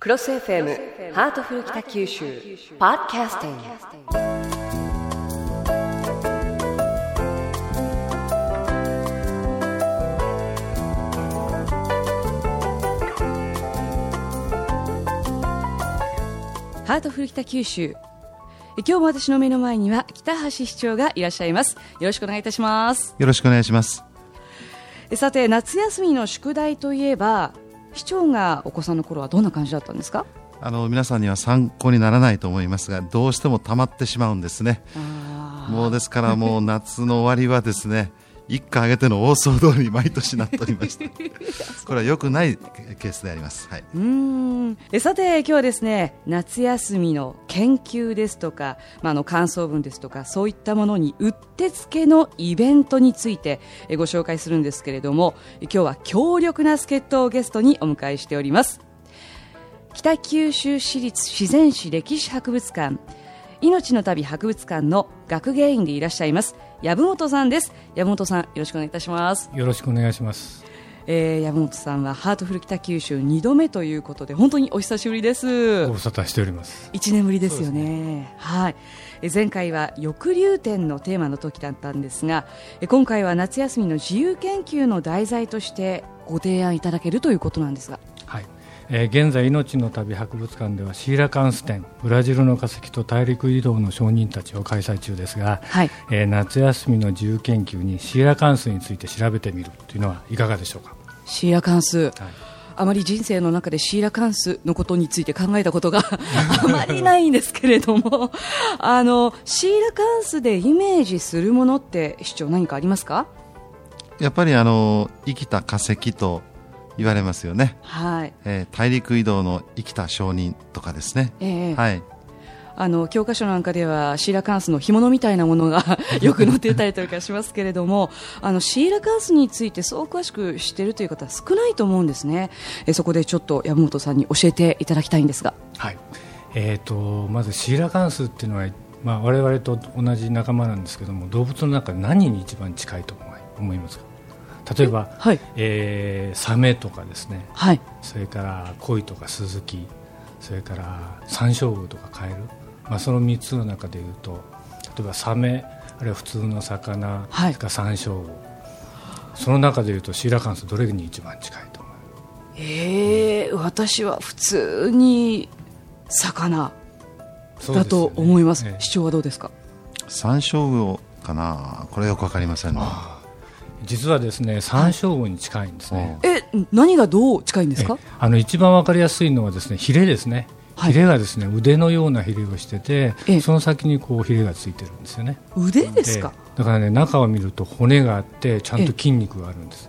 クロス FM ハートフル北九州パーキャスティング。ハートフル北九州、今日も私の目の前には北橋市長がいらっしゃいます。よろしくお願いいたします。 よろしくお願いします。 さて、夏休みの宿題といえば、市長がお子さんの頃はどんな感じだったんですか？ 皆さんには参考にならないと思いますが、どうしても溜まってしまうんですね。もうですからもう夏の終わりはですね一家挙げての大騒動に毎年なっておりましたこれは良くないケースであります、はい。 さて、今日はですね、夏休みの研究ですとか、感想文ですとか、そういったものにうってつけのイベントについてご紹介するんですけれども、今日は強力な助っ人をゲストにお迎えしております。北九州市立自然史歴史博物館命の旅博物館の学芸員でいらっしゃいます籔本さんです。籔本さん、よろしくお願いいたします。 よろしくお願いします。 籔本さんはハートフル北九州2度目ということで、本当にお久しぶりです。 ご無沙汰しております。 1年ぶりですよね。はい。前回は翼竜展のテーマの時だったんですが、今回は夏休みの自由研究の題材としてご提案いただけるということなんですが、 はい。現在命の旅博物館ではシーラカンス展、ブラジルの化石と大陸移動の証人たちを開催中ですが、はい。夏休みの自由研究にシーラカンスについて調べてみるというのはいかがでしょうか？ シーラカンス、はい、あまり人生の中でシーラカンスのことについて考えたことがあまりないんですけれどもシーラカンスでイメージするものって市長何かありますか？ やっぱり生きた化石と言われますよね、はい。大陸移動の生きた証人とかですね、はい。 教科書なんかではシーラカンスの干物みたいなものがよく載っていたりとかしますけれどもシーラカンスについてそう詳しく知っているという方は少ないと思うんですね。そこでちょっと籔本さんに教えていただきたいんですが、はい。 まずシーラカンスっていうのは、我々と同じ仲間なんですけども、動物の中で何に一番近いと思いますか？例えば、はい。サメとかですね、はい。それからコイとかスズキ、それからサンショウウオとかカエル、その3つの中でいうと、例えばサメ、あるいは普通の魚、はい、それからサンショウウオ、その中でいうとシーラカンスどれに一番近いと思う？ 私は普通に魚だと思います。市長はどうですか？ サンショウウオかな、これよくわかりませんね。 実はですね、サンショウウオに近いんですね。 何がどう近いんですか？ 一番わかりやすいのはですね、ヒレですね。ヒレがですね、腕のようなヒレをしてて、その先にこうヒレがついてるんですよね。 腕ですか？ だからね、中を見ると骨があってちゃんと筋肉があるんです。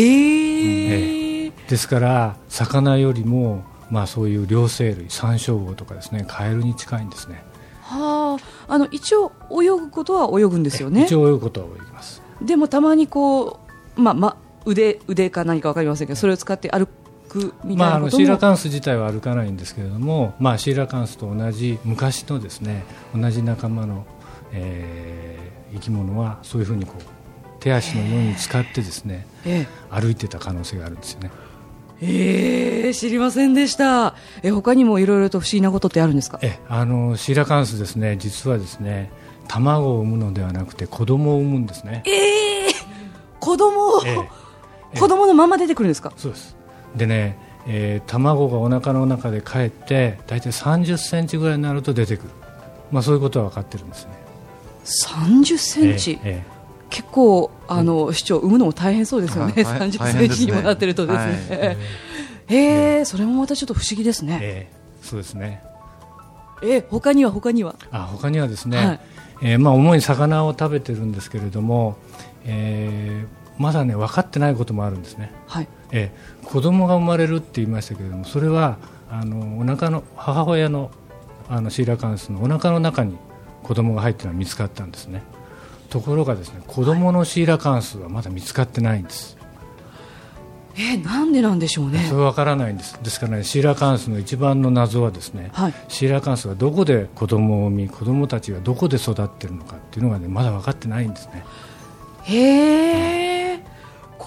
ですから魚よりも、そういう両生類、サンショウウオとかですね、カエルに近いんですね。 はあ、一応泳ぐことは泳ぐんですよね。 一応泳ぐことは泳ぎます。 でもたまにこう、腕か何か分かりませんけど、それを使って歩くみたいなことも、 シーラカンス自体は歩かないんですけれども、シーラカンスと同じ昔のですね、同じ仲間の、生き物はそういうふうにこう手足のように使ってですね、歩いてた可能性があるんですよね。 知りませんでした。他にもいろいろと不思議なことってあるんですか？ シーラカンスですね、実はですね、卵を産むのではなくて子供を産むんですね。 子供のまま出てくるんですか？ そうです。でね、卵がお腹の中でかえってだいたい30センチぐらいになると出てくる、そういうことは分かってるんですね。 30センチ、結構市長、産むのも大変そうですよね。30センチにもなってるとですね、それもまたちょっと不思議ですね。 そうですね。 他には他にはですね、主に魚を食べてるんですけれども、まだね分かってないこともあるんですね。はい。子供が生まれるって言いましたけれども、それはお腹の母親のシーラカンスのお腹の中に子供が入っているのは見つかったんですね。ところがですね、子供のシーラカンスはまだ見つかってないんです。 なんでなんでしょうね。 それは分からないんです。ですからね、シーラカンスの一番の謎はですね、はい、シーラカンスがどこで子供を産み、子供たちがどこで育っているのかっていうのがね、まだ分かってないんですね。 子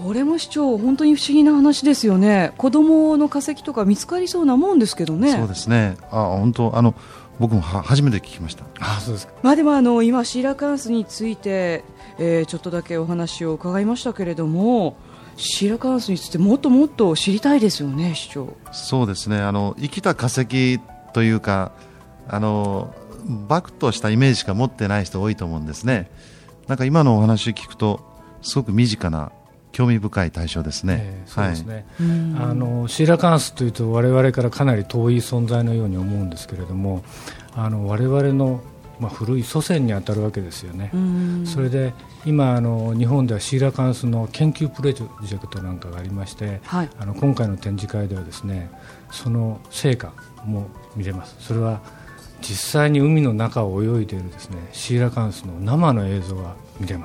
これも市長本当に不思議な話ですよね。子供の化石とか見つかりそうなもんですけどね。 そうですね。本当僕も初めて聞きました。 そうですか。 でも今シーラカンスについて、ちょっとだけお話を伺いましたけれども、シーラカンスについてもっともっと知りたいですよね、市長。 そうですね。生きた化石というかバクとしたイメージしか持ってない人多いと思うんですね。なんか今のお話聞くとすごく身近な興味深い対象ですね。 そうですね。シーラカンスというと我々からかなり遠い存在のように思うんですけれども、我々の、古い祖先にあたるわけですよね。それで今日本ではシーラカンスの研究プロジェクトなんかがありまして、今回の展示会ではですね、その成果も見れます。それは実際に海の中を泳いでいるですね、シーラカンスの生の映像が見れます。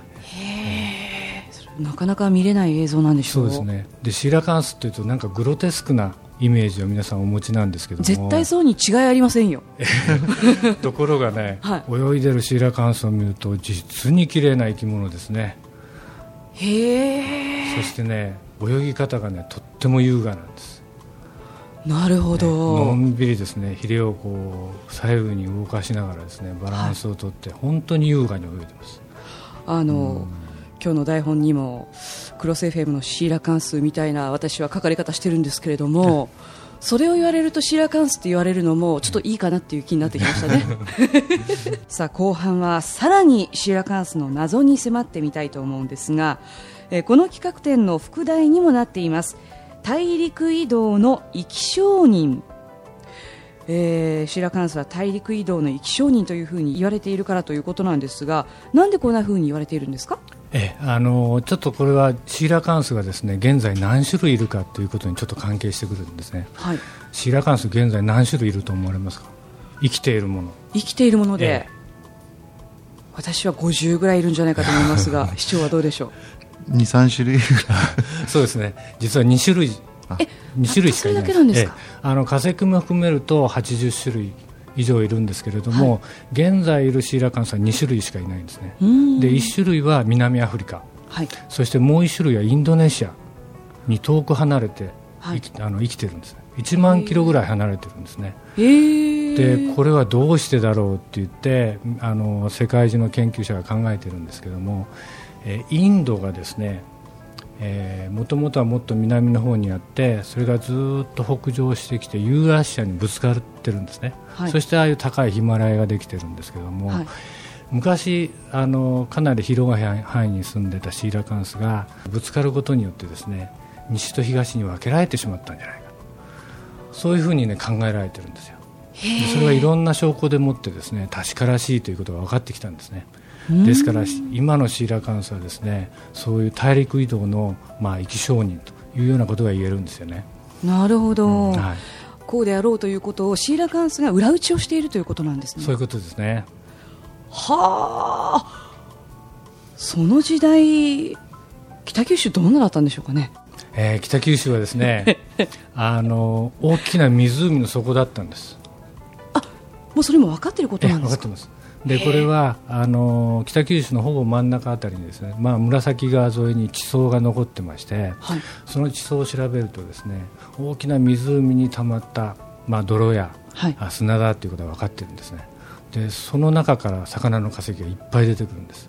なかなか見れない映像なんでしょう。 そうですね。でシーラカンスというとなんかグロテスクなイメージを皆さんお持ちなんですけども、 絶対そうに違いありませんよところがね、泳いでるシーラカンスを見ると実に綺麗な生き物ですね。そしてね、泳ぎ方がねとっても優雅なんです。 なるほど、 のんびりですね、ヒレをこう左右に動かしながらですね、バランスをとって本当に優雅に泳いでます。 今日の台本にもクロス FM のシーラカンスみたいな私は書かれ方してるんですけれども、それを言われるとシーラカンスって言われるのもちょっといいかなっていう気になってきましたねさあ後半はさらにシーラカンスの謎に迫ってみたいと思うんですが、この企画展の副題にもなっています大陸移動の生き証人。シーラカンスは大陸移動の生き証人というふうに言われているからということなんですが、なんでこんなふうに言われているんですか？ ちょっとこれはシーラカンスがですね現在何種類いるかということにちょっと関係してくるんですね。シーラカンス現在何種類いると思われますか？生きているもの。 生きているもので、私は50ぐらいいるんじゃないかと思いますが市長はどうでしょう？ 2,3 種類そうですね、実は2種類しかいない。 それだけなんですか？ 化石も含めると80種類以上いるんですけれども、現在いるシーラカンスは2種類しかいないんですね。で1種類は南アフリカ、そしてもう1種類はインドネシアに遠く離れて生きてるんですね。1万キロぐらい離れてるんですね。でこれはどうしてだろうって言って世界中の研究者が考えてるんですけども、インドがですねもともとはもっと南の方にあって、それがずっと北上してきてユーラシアにぶつかってるんですね。そしてああいう高いヒマラヤができてるんですけども、昔かなり広い範囲に住んでたシーラカンスがぶつかることによってですね西と東に分けられてしまったんじゃないか、そういうふうに、ね、考えられてるんですよ。でそれはいろんな証拠でもってですね確からしいということが分かってきたんですね。ですから今のシーラカンスはですねそういう大陸移動の、生き証人というようなことが言えるんですよね。 なるほど、こうであろうということをシーラカンスが裏打ちをしているということなんですね。 そういうことですね。 はあ、その時代北九州どんなだったんでしょうかね。 北九州はですね大きな湖の底だったんです。 もうそれも分かっていることなんですか？ 分かってます。でこれは北九州のほぼ真ん中あたりにですね、紫川沿いに地層が残ってまして、その地層を調べるとですね大きな湖に溜まった、泥や、砂だということが分かっているんですね。でその中から魚の化石がいっぱい出てくるんです。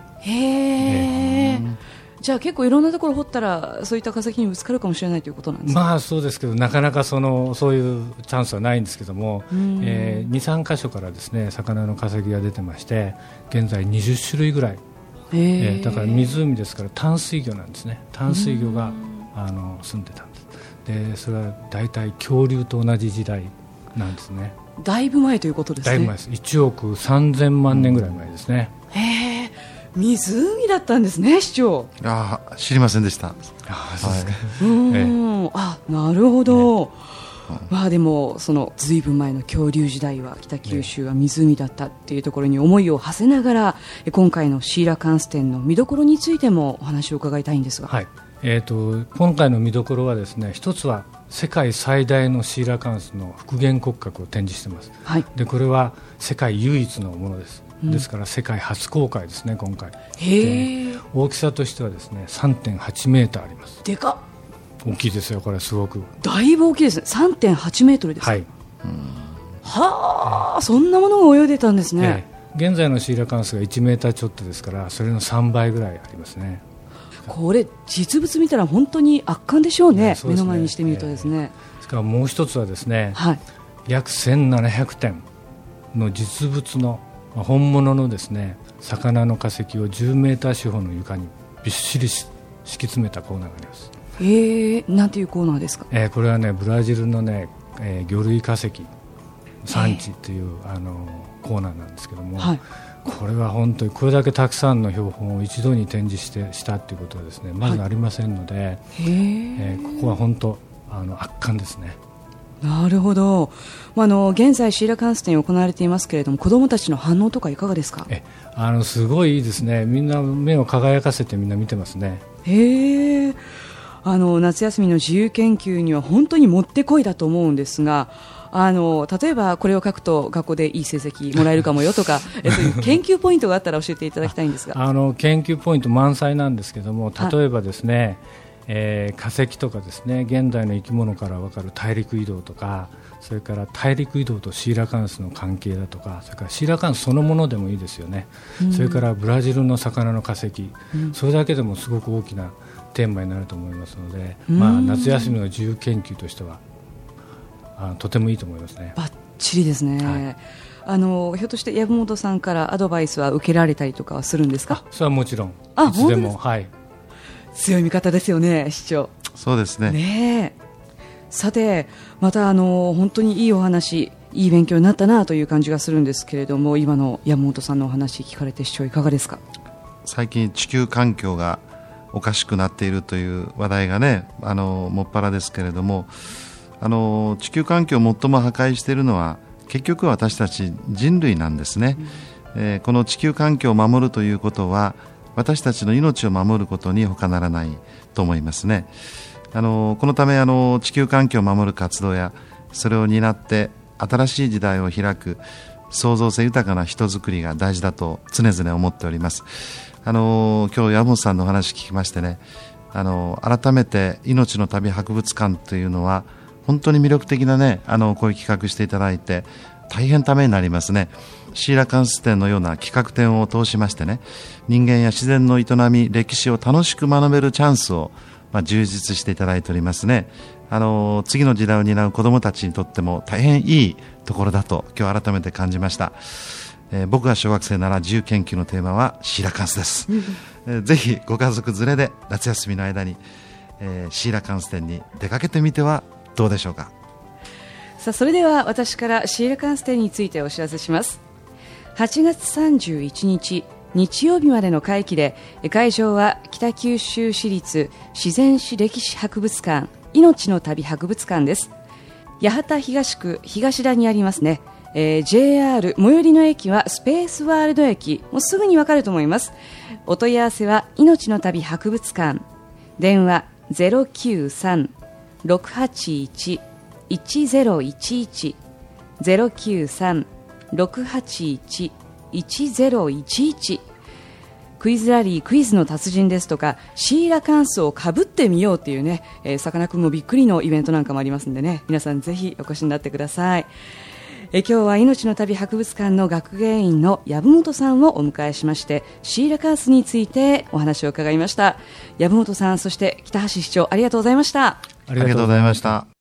じゃあ結構いろんなところ掘ったらそういった化石にぶつかるかもしれないということなんですか？ そうですけどなかなかそういうチャンスはないんですけども、2、3箇所からですね魚の化石が出てまして、現在20種類ぐらい、だから湖ですから淡水魚なんですね。淡水魚が住んでたんです。でそれは大体恐竜と同じ時代なんですね。 だいぶ前ということですね。 だいぶ前です。1億3000万年ぐらい前ですね。 湖だったんですね、市長。 知りませんでした。 そうですか。 なるほど、でもそのずいぶん前の恐竜時代は北九州は湖だったっていうところに思いを馳せながら、今回のシーラカンス展の見どころについてもお話を伺いたいんですが、 今回の見どころはですね、一つは世界最大のシーラカンスの復元骨格を展示しています。でこれは世界唯一のものです。 ですから世界初公開ですね今回。 へー。 大きさとしてはですね 3.8 メーターあります。 でかっ。 大きいですよこれすごく。 だいぶ大きいですね。 3.8 メートルですか。 はい。 はあ、そんなものが泳いでたんですね。 現在のシーラカンスが1メーターちょっとですからそれの3倍ぐらいありますね。 これ実物見たら本当に圧巻でしょうね。目の前にしてみるとですね。 ですからもう一つはですね、 はい、 約1700点の実物の本物のですね魚の化石を10メーター四方の床にびっしり敷き詰めたコーナーがあります。 なんていうコーナーですか。 これはねブラジルのね、魚類化石産地という、コーナーなんですけども、はい、これは本当にこれだけたくさんの標本を一度に展示したということはですねまずありませんので、ここは本当圧巻ですね。 なるほど。現在シーラカンス展行われていますけれども子どもたちの反応とかいかがですか。 すごいいいですね。みんな目を輝かせてみんな見てますね。 へー。夏休みの自由研究には本当にもってこいだと思うんですが例えばこれを書くと学校でいい成績もらえるかもよとかそういう研究ポイントがあったら教えていただきたいんですが。 研究ポイント満載なんですけども例えばですね、化石とかですね現代の生き物から分かる大陸移動とかそれから大陸移動とシーラカンスの関係だとかそれからシーラカンスそのものでもいいですよね、それからブラジルの魚の化石、それだけでもすごく大きなテーマになると思いますので、夏休みの自由研究としてはとてもいいと思いますね。 バッチリですね、ひょっとして籔本さんからアドバイスは受けられたりとかはするんですか。 それはもちろんいつでも、 強い味方ですよね市長。 そうですね。 さてまた本当にいいお話いい勉強になったなという感じがするんですけれども今の籔本さんのお話聞かれて市長いかがですか。 最近地球環境がおかしくなっているという話題がねもっぱらですけれども地球環境を最も破壊しているのは結局は私たち人類なんですね、この地球環境を守るということは私たちの命を守ることに他ならないと思いますね。このため地球環境を守る活動やそれを担って新しい時代を開く創造性豊かな人づくりが大事だと常々思っております。今日山本さんのお話聞きましてね改めて命の旅博物館というのは本当に魅力的なねこういう企画していただいて大変ためになりますね。シーラカンス展のような企画展を通しましてね人間や自然の営み歴史を楽しく学べるチャンスを充実していただいておりますね。次の時代を担う子どもたちにとっても大変いいところだと今日改めて感じました。僕が小学生なら自由研究のテーマはシーラカンスです、ぜひご家族連れで夏休みの間に、シーラカンス展に出かけてみてはどうでしょうか。 さあそれでは私からシーラカンス展についてお知らせします。8月31日日曜日までの会期で会場は北九州市立自然史歴史博物館命の旅博物館です。八幡東区東田にありますね。JR 最寄りの駅はスペースワールド駅もうすぐにわかると思います。お問い合わせは命の旅博物館電話 093-681-1011 093-681-1011クイズラリークイズの達人ですとかシーラカンスをかぶってみようというねさかなクンもびっくりのイベントなんかもありますんでね皆さんぜひお越しになってください。今日は命の旅博物館の学芸員の籔本さんをお迎えしましてシーラカンスについてお話を伺いました。籔本さんそして北橋市長ありがとうございました。 ありがとうございました。